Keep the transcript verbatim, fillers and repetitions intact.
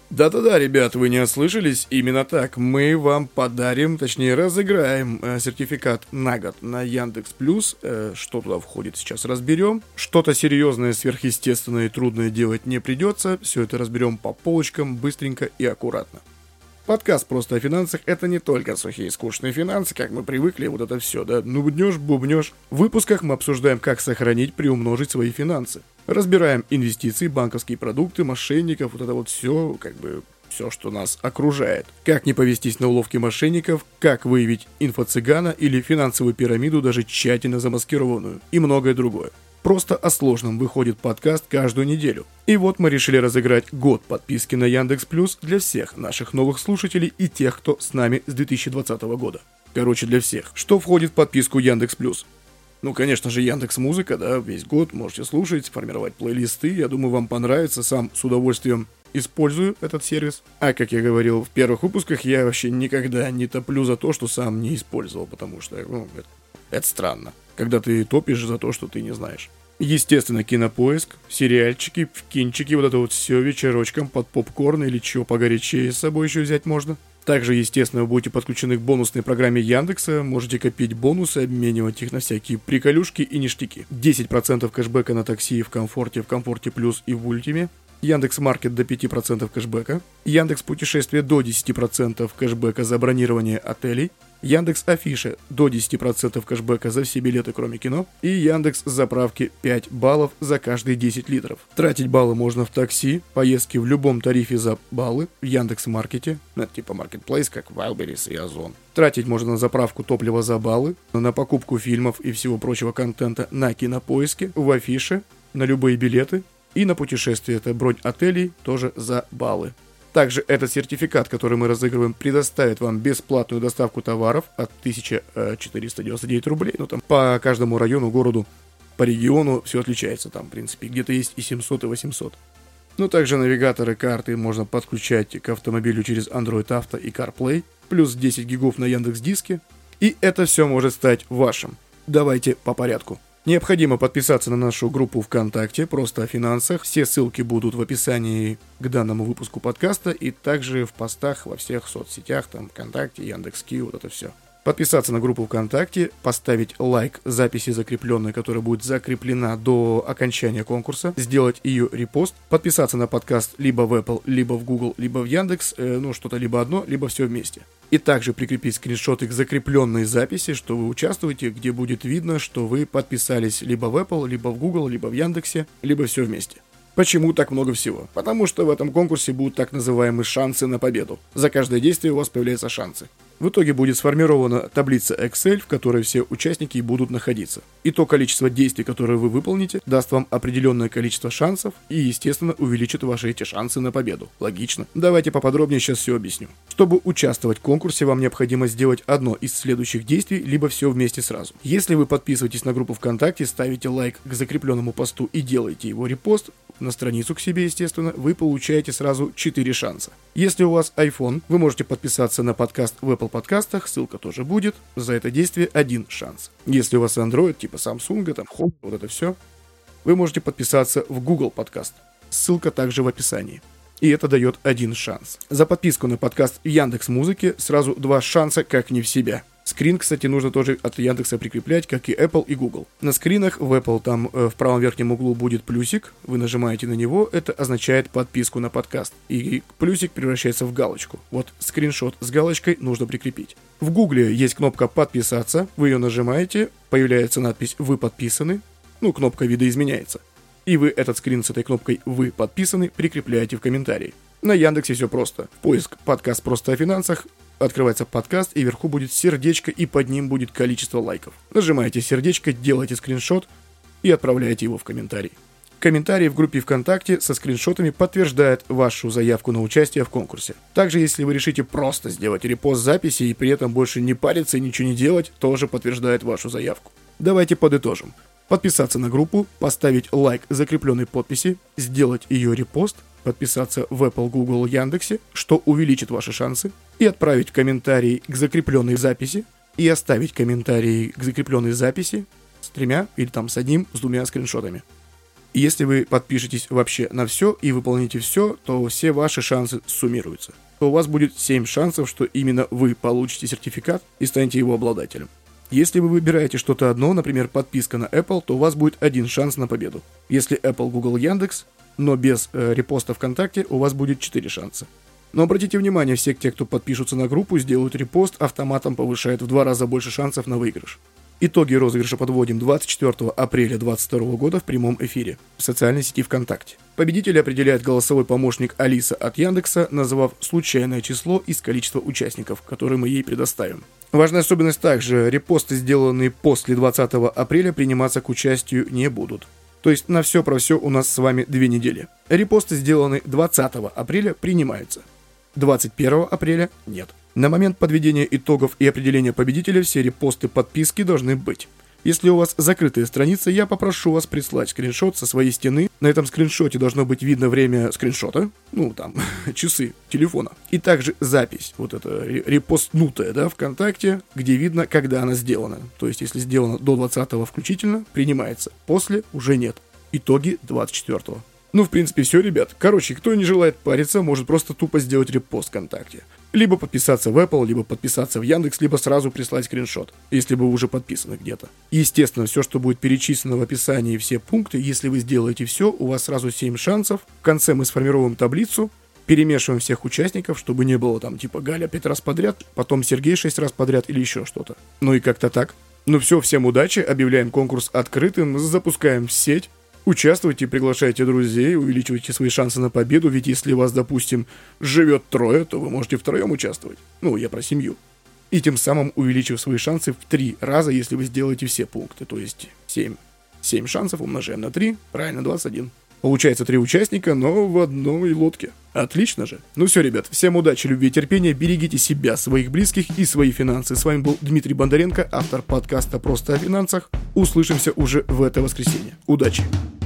Да-да-да, ребят, вы не ослышались, именно так. Мы вам подарим, точнее разыграем э, сертификат на год на Яндекс Плюс. Э, что туда входит, сейчас разберем. Что-то серьезное, сверхъестественное и трудное делать не придется. Все это разберем по полочкам, быстренько и аккуратно. Подкаст «Просто о финансах» — это не только сухие скучные финансы, как мы привыкли, вот это все, да, нубнешь, бубнешь. В выпусках мы обсуждаем, как сохранить, приумножить свои финансы. Разбираем инвестиции, банковские продукты, мошенников, вот это вот все, как бы, все, что нас окружает. Как не повестись на уловки мошенников, как выявить инфо-цыгана или финансовую пирамиду, даже тщательно замаскированную, и многое другое. Просто о сложном выходит подкаст каждую неделю. И вот мы решили разыграть год подписки на Яндекс Плюс для всех наших новых слушателей и тех, кто с нами с две тысячи двадцатого года. Короче, для всех. Что входит в подписку Яндекс Плюс? Ну, конечно же, Яндекс Музыка, да, весь год можете слушать, формировать плейлисты. Я думаю, вам понравится, сам с удовольствием использую этот сервис. А как я говорил в первых выпусках, я вообще никогда не топлю за то, что сам не использовал, потому что, ну, это, это странно, когда ты топишь за то, что ты не знаешь. Естественно, Кинопоиск, сериальчики, кинчики, вот это вот все вечерочком под попкорн или чего погорячее с собой еще взять можно. Также, естественно, вы будете подключены к бонусной программе Яндекса, можете копить бонусы, обменивать их на всякие приколюшки и ништяки. десять процентов кэшбэка на такси в Комфорте, в Комфорте Плюс и в Ультиме. Яндекс.Маркет до пять процентов кэшбэка. Яндекс Путешествия до десять процентов кэшбэка за бронирование отелей. Яндекс Афиша до десять процентов кэшбэка за все билеты, кроме кино. И Яндекс Заправки пять баллов за каждые десять литров. Тратить баллы можно в такси, поездки в любом тарифе за баллы, в Яндекс.Маркете, ну, это типа Marketplace, как Wildberries и Озон. Тратить можно на заправку топлива за баллы, на покупку фильмов и всего прочего контента на Кинопоиске, в Афише, на любые билеты. И на путешествие, это бронь отелей, тоже за баллы. Также этот сертификат, который мы разыгрываем, предоставит вам бесплатную доставку товаров от тысяча четыреста девяносто девять рублей. Ну, там по каждому району, городу, по региону все отличается. Там, в принципе, где-то есть и семьсот, и восемьсот. Ну, также навигаторы, карты можно подключать к автомобилю через Android Auto и CarPlay. Плюс десять гигов на Яндекс.Диске. И это все может стать вашим. Давайте по порядку. Необходимо подписаться на нашу группу ВКонтакте «Просто о финансах». Все ссылки будут в описании к данному выпуску подкаста и также в постах во всех соцсетях, там ВКонтакте, Яндекс.Кью, вот это все. Подписаться на группу ВКонтакте, поставить лайк записи закрепленной, которая будет закреплена до окончания конкурса, сделать ее репост, подписаться на подкаст либо в Apple, либо в Google, либо в Яндекс, э, ну что-то либо одно, либо все вместе. И также прикрепить скриншоты к закрепленной записи, что вы участвуете, где будет видно, что вы подписались либо в Apple, либо в Google, либо в Яндексе, либо все вместе. Почему так много всего? Потому что в этом конкурсе будут так называемые шансы на победу. За каждое действие у вас появляются шансы. В итоге будет сформирована таблица Excel, в которой все участники будут находиться. И то количество действий, которые вы выполните, даст вам определенное количество шансов и, естественно, увеличит ваши эти шансы на победу. Логично. Давайте поподробнее сейчас все объясню. Чтобы участвовать в конкурсе, вам необходимо сделать одно из следующих действий, либо все вместе сразу. Если вы подписываетесь на группу ВКонтакте, ставите лайк к закрепленному посту и делаете его репост на страницу к себе, естественно, вы получаете сразу четыре шанса. Если у вас iPhone, вы можете подписаться на подкаст в Apple подкастах, ссылка тоже будет. За это действие один шанс. Если у вас Android, типа Samsung, там, Home, вот это все, вы можете подписаться в Google подкаст. Ссылка также в описании. И это дает один шанс. За подписку на подкаст в Яндекс.Музыке сразу два шанса, как не в себя. Скрин, кстати, нужно тоже от Яндекса прикреплять, как и Apple и Google. На скринах в Apple там э, в правом верхнем углу будет плюсик, вы нажимаете на него, это означает подписку на подкаст. И плюсик превращается в галочку. Вот скриншот с галочкой нужно прикрепить. В Гугле есть кнопка «Подписаться», вы ее нажимаете, появляется надпись «Вы подписаны», ну, кнопка видоизменяется. И вы этот скрин с этой кнопкой «Вы подписаны» прикрепляете в комментарии. На Яндексе все просто. Поиск «Подкаст просто о финансах», открывается подкаст, и вверху будет сердечко, и под ним будет количество лайков. Нажимаете сердечко, делаете скриншот и отправляете его в комментарий. Комментарий в группе ВКонтакте со скриншотами подтверждает вашу заявку на участие в конкурсе. Также, если вы решите просто сделать репост записи и при этом больше не париться и ничего не делать, тоже подтверждает вашу заявку. Давайте подытожим. Подписаться на группу, поставить лайк закрепленной подписи, сделать ее репост, подписаться в Apple, Google, Яндексе, что увеличит ваши шансы, и отправить комментарий к закрепленной записи, и оставить комментарий к закрепленной записи с тремя или там с одним, с двумя скриншотами. И если вы подпишетесь вообще на все и выполните все, то все ваши шансы суммируются. То у вас будет семь шансов, что именно вы получите сертификат и станете его обладателем. Если вы выбираете что-то одно, например, подписка на Apple, то у вас будет один шанс на победу. Если Apple, Google, Яндекс, но без э, репоста ВКонтакте, у вас будет четыре шанса. Но обратите внимание, все те, кто подпишутся на группу, сделают репост, автоматом повышает в два раза больше шансов на выигрыш. Итоги розыгрыша подводим двадцать четвёртого апреля две тысячи двадцать второго года в прямом эфире в социальной сети ВКонтакте. Победителя определяет голосовой помощник Алиса от Яндекса, назвав случайное число из количества участников, которые мы ей предоставим. Важная особенность также: репосты, сделанные после двадцатого апреля, приниматься к участию не будут. То есть на все про все у нас с вами две недели. Репосты, сделанные двадцатого апреля, принимаются. двадцать первого апреля нет. На момент подведения итогов и определения победителя все репосты подписки должны быть. Если у вас закрытая страница, я попрошу вас прислать скриншот со своей стены. На этом скриншоте должно быть видно время скриншота, ну там, часы телефона. И также запись, вот эта репостнутая, да, ВКонтакте, где видно, когда она сделана. То есть, если сделано до двадцатого включительно, принимается. После уже нет. Итоги двадцать четвёртого. Ну, в принципе, все, ребят. Короче, кто не желает париться, может просто тупо сделать репост ВКонтакте. Либо подписаться в Apple, либо подписаться в Яндекс, либо сразу прислать скриншот, если вы уже подписаны где-то. Естественно, все, что будет перечислено в описании, все пункты, если вы сделаете все, у вас сразу семь шансов. В конце мы сформируем таблицу, перемешиваем всех участников, чтобы не было там типа Галя пять раз подряд, потом Сергей шесть раз подряд или еще что-то. Ну и как-то так. Ну все, всем удачи, объявляем конкурс открытым, запускаем в сеть. Участвуйте, приглашайте друзей, увеличивайте свои шансы на победу, ведь если вас, допустим, живет трое, то вы можете втроем участвовать. Ну, я про семью. И тем самым увеличив свои шансы в три раза, если вы сделаете все пункты, то есть семь. семь шансов умножаем на три, правильно, двадцать один. Получается три участника, но в одной лодке. Отлично же. Ну все, ребят, всем удачи, любви и терпения, берегите себя, своих близких и свои финансы. С вами был Дмитрий Бондаренко, автор подкаста «Просто о финансах». Услышимся уже в это воскресенье. Удачи!